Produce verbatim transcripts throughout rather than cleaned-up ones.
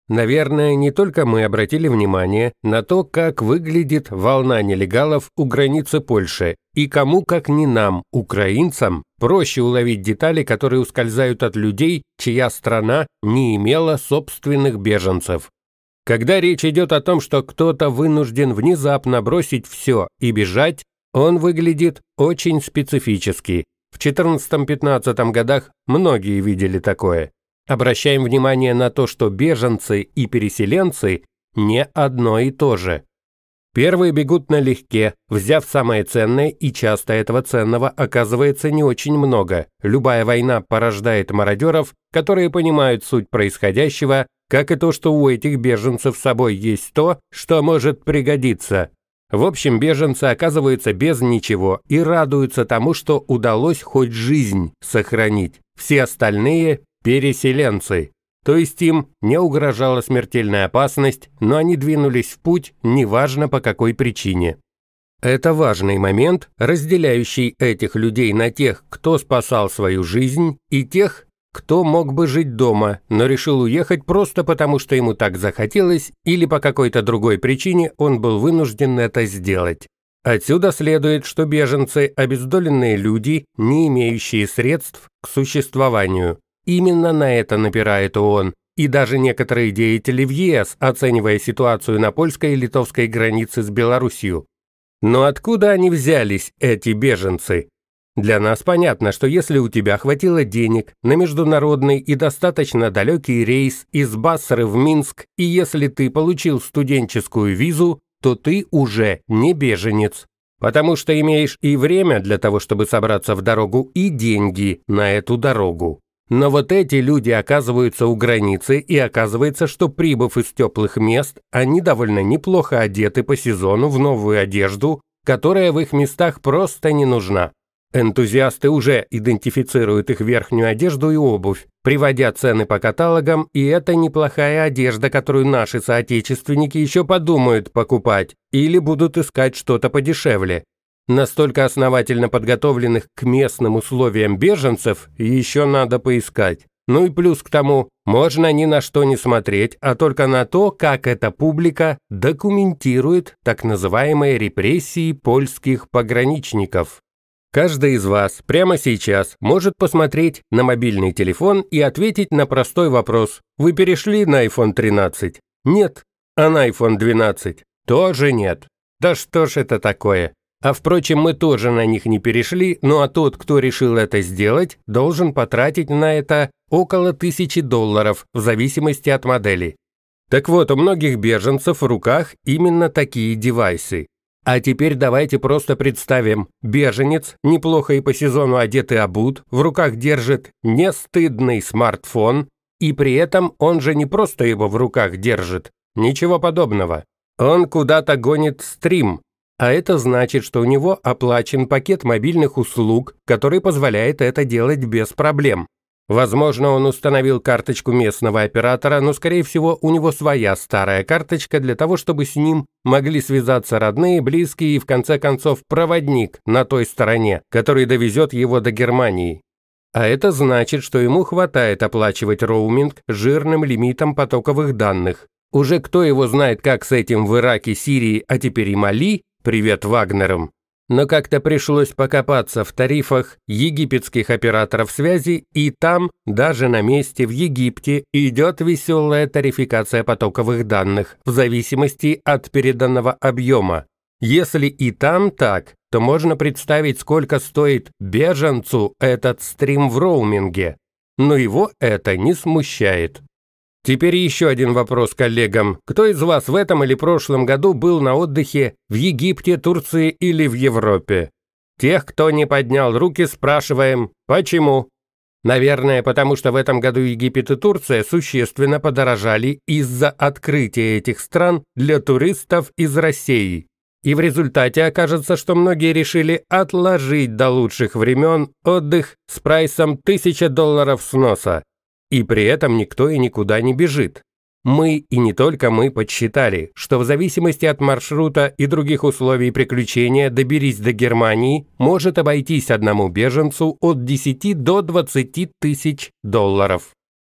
Наверное, не только мы обратили внимание на то, как выглядит волна нелегалов у границы Польши, и кому, как не нам, украинцам, проще уловить детали, которые ускользают от людей, чья страна не имела собственных беженцев. Когда речь идет о том, что кто-то вынужден внезапно бросить все и бежать, он выглядит очень специфически. В четырнадцатом-пятнадцатом годах многие видели такое. Обращаем внимание на то, что беженцы и переселенцы не одно и то же. Первые бегут налегке, взяв самое ценное, и часто этого ценного оказывается не очень много. Любая война порождает мародеров, которые понимают суть происходящего, как и то, что у этих беженцев с собой есть то, что может пригодиться. В общем, беженцы оказываются без ничего и радуются тому, что удалось хоть жизнь сохранить. Все остальные – переселенцы. То есть им не угрожала смертельная опасность, но они двинулись в путь, неважно по какой причине. Это важный момент, разделяющий этих людей на тех, кто спасал свою жизнь, и тех, кто мог бы жить дома, но решил уехать просто потому, что ему так захотелось, или по какой-то другой причине он был вынужден это сделать. Отсюда следует, что беженцы – обездоленные люди, не имеющие средств к существованию. Именно на это напирает ООН, и даже некоторые деятели в ЕС, оценивая ситуацию на польской и литовской границе с Белоруссией. Но откуда они взялись, эти беженцы? Для нас понятно, что если у тебя хватило денег на международный и достаточно далекий рейс из Басры в Минск, и если ты получил студенческую визу, то ты уже не беженец, потому что имеешь и время для того, чтобы собраться в дорогу, и деньги на эту дорогу. Но вот эти люди оказываются у границы, и оказывается, что, прибыв из теплых мест, они довольно неплохо одеты по сезону в новую одежду, которая в их местах просто не нужна. Энтузиасты уже идентифицируют их верхнюю одежду и обувь, приводя цены по каталогам, и это неплохая одежда, которую наши соотечественники еще подумают покупать или будут искать что-то подешевле. Настолько основательно подготовленных к местным условиям беженцев еще надо поискать. Ну и плюс к тому, можно ни на что не смотреть, а только на то, как эта публика документирует так называемые репрессии польских пограничников. Каждый из вас прямо сейчас может посмотреть на мобильный телефон и ответить на простой вопрос. Вы перешли на айфон тринадцать? Нет. А на айфон двенадцать? Тоже нет. Да что ж это такое? А впрочем, мы тоже на них не перешли, ну а тот, кто решил это сделать, должен потратить на это около тысячи долларов, в зависимости от модели. Так вот, у многих беженцев в руках именно такие девайсы. А теперь давайте просто представим, беженец, неплохо и по сезону одет и обут, в руках держит не стыдный смартфон, и при этом он же не просто его в руках держит, ничего подобного. Он куда-то гонит стрим. А это значит, что у него оплачен пакет мобильных услуг, который позволяет это делать без проблем. Возможно, он установил карточку местного оператора, но, скорее всего, у него своя старая карточка для того, чтобы с ним могли связаться родные, близкие и, в конце концов, проводник на той стороне, который довезет его до Германии. А это значит, что ему хватает оплачивать роуминг жирным лимитом потоковых данных. Уже кто его знает, как с этим в Ираке, Сирии, а теперь и Мали, привет Вагнерам. Но как-то пришлось покопаться в тарифах египетских операторов связи, и там, даже на месте в Египте, идет веселая тарификация потоковых данных в зависимости от переданного объема. Если и там так, то можно представить, сколько стоит беженцу этот стрим в роуминге. Но его это не смущает. Теперь еще один вопрос коллегам. Кто из вас в этом или прошлом году был на отдыхе в Египте, Турции или в Европе? Тех, кто не поднял руки, спрашиваем, почему? Наверное, потому что в этом году Египет и Турция существенно подорожали из-за открытия этих стран для туристов из России. И в результате окажется, что многие решили отложить до лучших времен отдых с прайсом тысяча долларов сноса. И при этом никто и никуда не бежит. Мы, и не только мы, подсчитали, что в зависимости от маршрута и других условий приключения доберись до Германии может обойтись одному беженцу от десяти до двадцати тысяч долларов.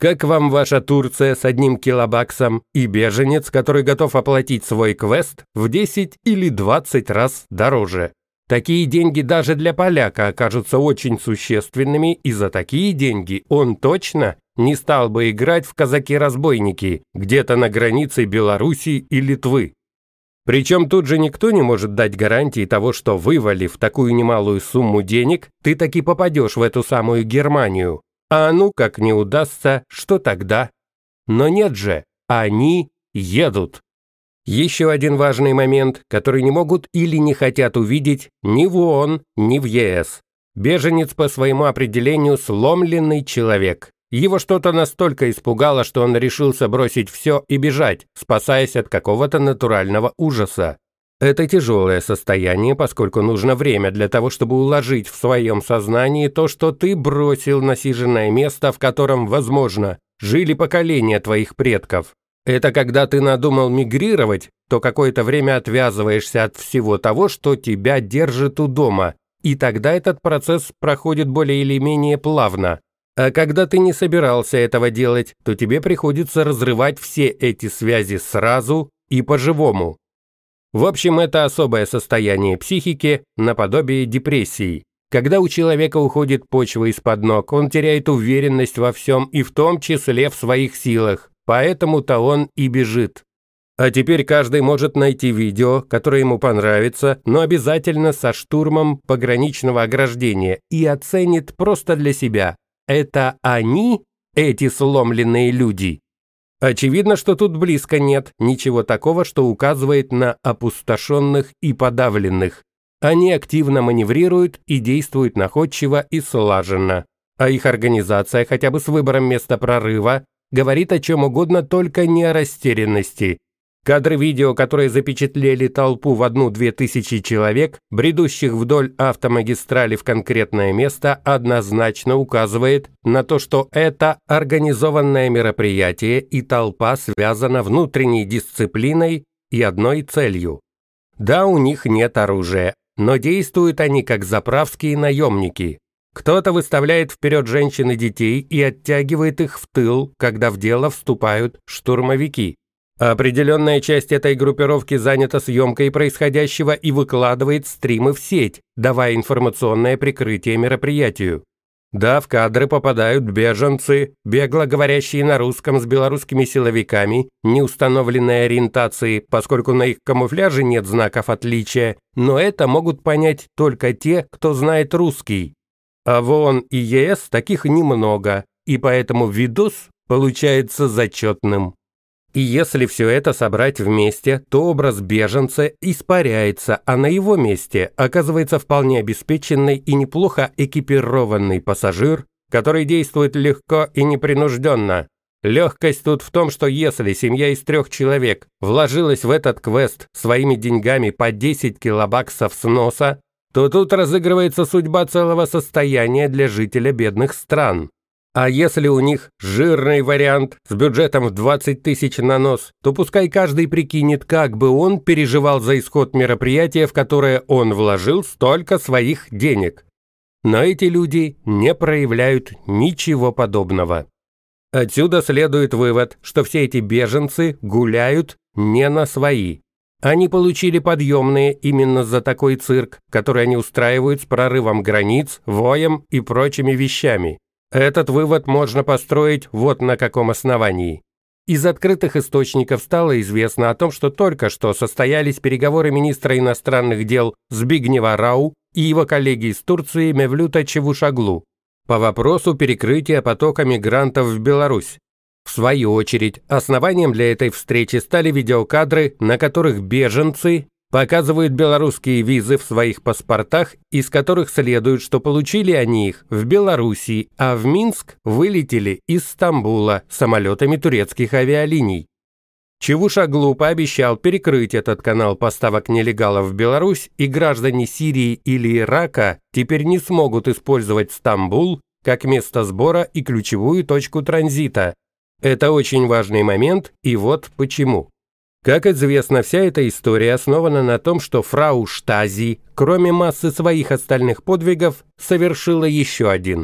Как вам ваша Турция с одним килобаксом и беженец, который готов оплатить свой квест в десять или двадцать раз дороже? Такие деньги даже для поляка окажутся очень существенными, и за такие деньги он точно не стал бы играть в казаки-разбойники где-то на границе Белоруссии и Литвы. Причем тут же никто не может дать гарантии того, что, вывалив такую немалую сумму денег, ты таки попадешь в эту самую Германию. А ну как не удастся, что тогда? Но нет же, они едут. Еще один важный момент, который не могут или не хотят увидеть ни в ООН, ни в ЕС. Беженец по своему определению сломленный человек. Его что-то настолько испугало, что он решился бросить все и бежать, спасаясь от какого-то натурального ужаса. Это тяжелое состояние, поскольку нужно время для того, чтобы уложить в своем сознании то, что ты бросил насиженное место, в котором, возможно, жили поколения твоих предков. Это когда ты надумал мигрировать, то какое-то время отвязываешься от всего того, что тебя держит у дома, и тогда этот процесс проходит более или менее плавно. А когда ты не собирался этого делать, то тебе приходится разрывать все эти связи сразу и по-живому. В общем, это особое состояние психики, наподобие депрессии. Когда у человека уходит почва из-под ног, он теряет уверенность во всем и в том числе в своих силах, поэтому-то он и бежит. А теперь каждый может найти видео, которое ему понравится, но обязательно со штурмом пограничного ограждения и оценит просто для себя. Это они, эти сломленные люди? Очевидно, что тут близко нет ничего такого, что указывает на опустошенных и подавленных. Они активно маневрируют и действуют находчиво и слаженно. А их организация, хотя бы с выбором места прорыва, говорит о чем угодно, только не о растерянности. Кадры видео, которые запечатлели толпу в одну-две тысячи человек, бредущих вдоль автомагистрали в конкретное место, однозначно указывает на то, что это организованное мероприятие и толпа связана внутренней дисциплиной и одной целью. Да, у них нет оружия, но действуют они как заправские наемники. Кто-то выставляет вперед женщин и детей и оттягивает их в тыл, когда в дело вступают штурмовики. Определенная часть этой группировки занята съемкой происходящего и выкладывает стримы в сеть, давая информационное прикрытие мероприятию. Да, в кадры попадают беженцы, бегло говорящие на русском с белорусскими силовиками, неустановленной ориентации, поскольку на их камуфляже нет знаков отличия, но это могут понять только те, кто знает русский. А в ООН и ЕС таких немного, и поэтому видос получается зачетным. И если все это собрать вместе, то образ беженца испаряется, а на его месте оказывается вполне обеспеченный и неплохо экипированный пассажир, который действует легко и непринужденно. Легкость тут в том, что если семья из трех человек вложилась в этот квест своими деньгами по десять килобаксов с носа, то тут разыгрывается судьба целого состояния для жителя бедных стран. А если у них жирный вариант с бюджетом в двадцать тысяч на нос, то пускай каждый прикинет, как бы он переживал за исход мероприятия, в которое он вложил столько своих денег. Но эти люди не проявляют ничего подобного. Отсюда следует вывод, что все эти беженцы гуляют не на свои. Они получили подъемные именно за такой цирк, который они устраивают с прорывом границ, воем и прочими вещами. Этот вывод можно построить вот на каком основании. Из открытых источников стало известно о том, что только что состоялись переговоры министра иностранных дел Збигнева Рау и его коллеги из Турции Мевлюта Чавушоглу по вопросу перекрытия потока мигрантов в Беларусь. В свою очередь, основанием для этой встречи стали видеокадры, на которых беженцы показывают белорусские визы в своих паспортах, из которых следует, что получили они их в Белоруссии, а в Минск вылетели из Стамбула самолетами турецких авиалиний. Чавушоглу пообещал перекрыть этот канал поставок нелегалов в Беларусь, и граждане Сирии или Ирака теперь не смогут использовать Стамбул как место сбора и ключевую точку транзита. Это очень важный момент, и вот почему. Как известно, вся эта история основана на том, что фрау Штази, кроме массы своих остальных подвигов, совершила еще один.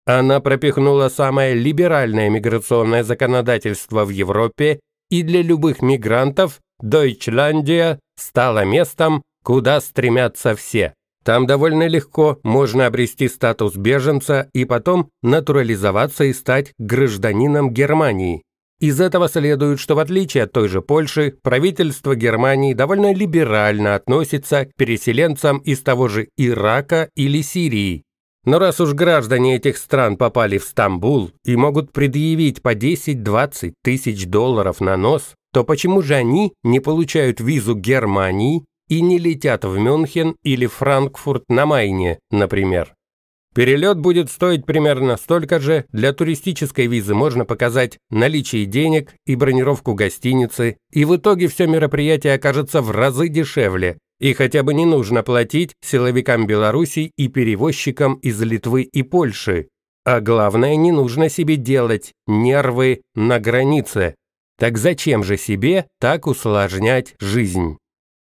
Она пропихнула самое либеральное миграционное законодательство в Европе, и для любых мигрантов Дойчландия стала местом, куда стремятся все. Там довольно легко можно обрести статус беженца и потом натурализоваться и стать гражданином Германии. Из этого следует, что в отличие от той же Польши, правительство Германии довольно либерально относится к переселенцам из того же Ирака или Сирии. Но раз уж граждане этих стран попали в Стамбул и могут предъявить по десять-двадцать тысяч долларов на нос, то почему же они не получают визу Германии и не летят в Мюнхен или Франкфурт на Майне, например? Перелет будет стоить примерно столько же, для туристической визы можно показать наличие денег и бронировку гостиницы, и в итоге все мероприятие окажется в разы дешевле, и хотя бы не нужно платить силовикам Беларуси и перевозчикам из Литвы и Польши. А главное, не нужно себе делать нервы на границе. Так зачем же себе так усложнять жизнь?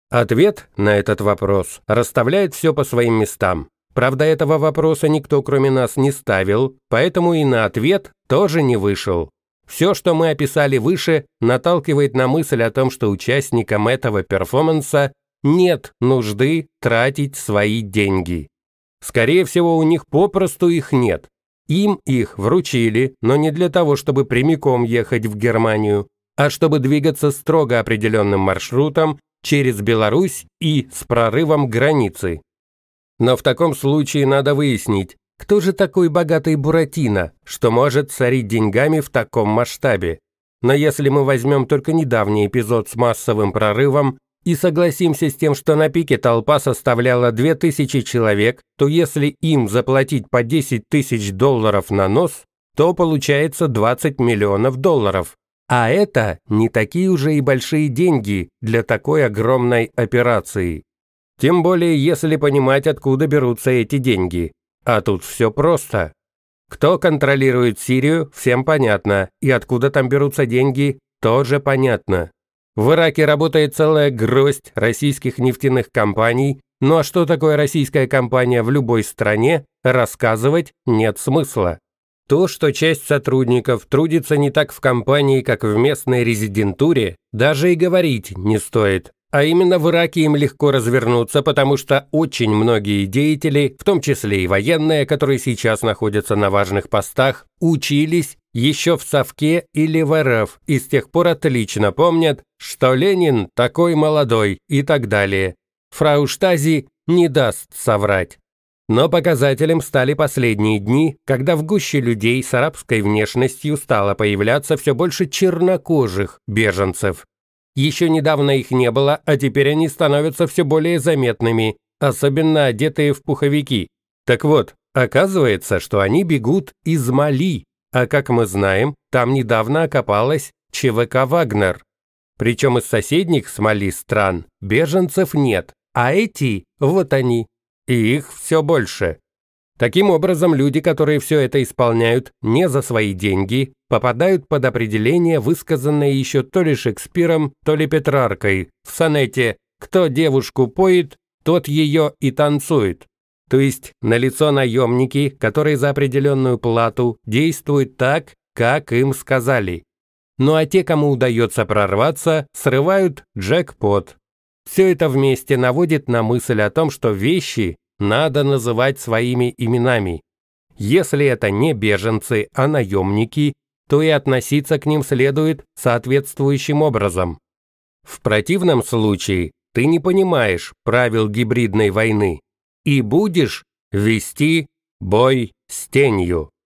Ответ на этот вопрос расставляет все по своим местам. Правда, этого вопроса никто кроме нас не ставил, поэтому и на ответ тоже не вышел. Все, что мы описали выше, наталкивает на мысль о том, что участникам этого перформанса нет нужды тратить свои деньги. Скорее всего, у них попросту их нет. Им их вручили, но не для того, чтобы прямиком ехать в Германию, а чтобы двигаться строго определенным маршрутом через Беларусь и с прорывом границы. Но в таком случае надо выяснить, кто же такой богатый Буратино, что может царить деньгами в таком масштабе. Но если мы возьмем только недавний эпизод с массовым прорывом и согласимся с тем, что на пике толпа составляла две тысячи человек, то если им заплатить по десять тысяч долларов на нос, то получается двадцать миллионов долларов. А это не такие уже и большие деньги для такой огромной операции. Тем более, если понимать, откуда берутся эти деньги. А тут все просто. Кто контролирует Сирию, всем понятно, и откуда там берутся деньги, тоже понятно. В Ираке работает целая гроздь российских нефтяных компаний, ну а что такое российская компания в любой стране, рассказывать нет смысла. То, что часть сотрудников трудится не так в компании, как в местной резидентуре, даже и говорить не стоит. А именно в Ираке им легко развернуться, потому что очень многие деятели, в том числе и военные, которые сейчас находятся на важных постах, учились еще в Совке или в РФ и с тех пор отлично помнят, что Ленин такой молодой и так далее. Фрау Штази не даст соврать. Но показателем стали последние дни, когда в гуще людей с арабской внешностью стало появляться все больше чернокожих беженцев. Еще недавно их не было, а теперь они становятся все более заметными, особенно одетые в пуховики. Так вот, оказывается, что они бегут из Мали, а как мы знаем, там недавно окопалась ЧВК «Вагнер». Причем из соседних с Мали стран беженцев нет, а эти, вот они, и их все больше. Таким образом, люди, которые все это исполняют не за свои деньги, попадают под определение, высказанное еще то ли Шекспиром, то ли Петраркой в сонете «Кто девушку поет, тот ее и танцует». То есть налицо наемники, которые за определенную плату действуют так, как им сказали. Ну а те, кому удается прорваться, срывают джекпот. Все это вместе наводит на мысль о том, что вещи надо называть своими именами. Если это не беженцы, а наемники, то и относиться к ним следует соответствующим образом. В противном случае ты не понимаешь правил гибридной войны и будешь вести бой с тенью.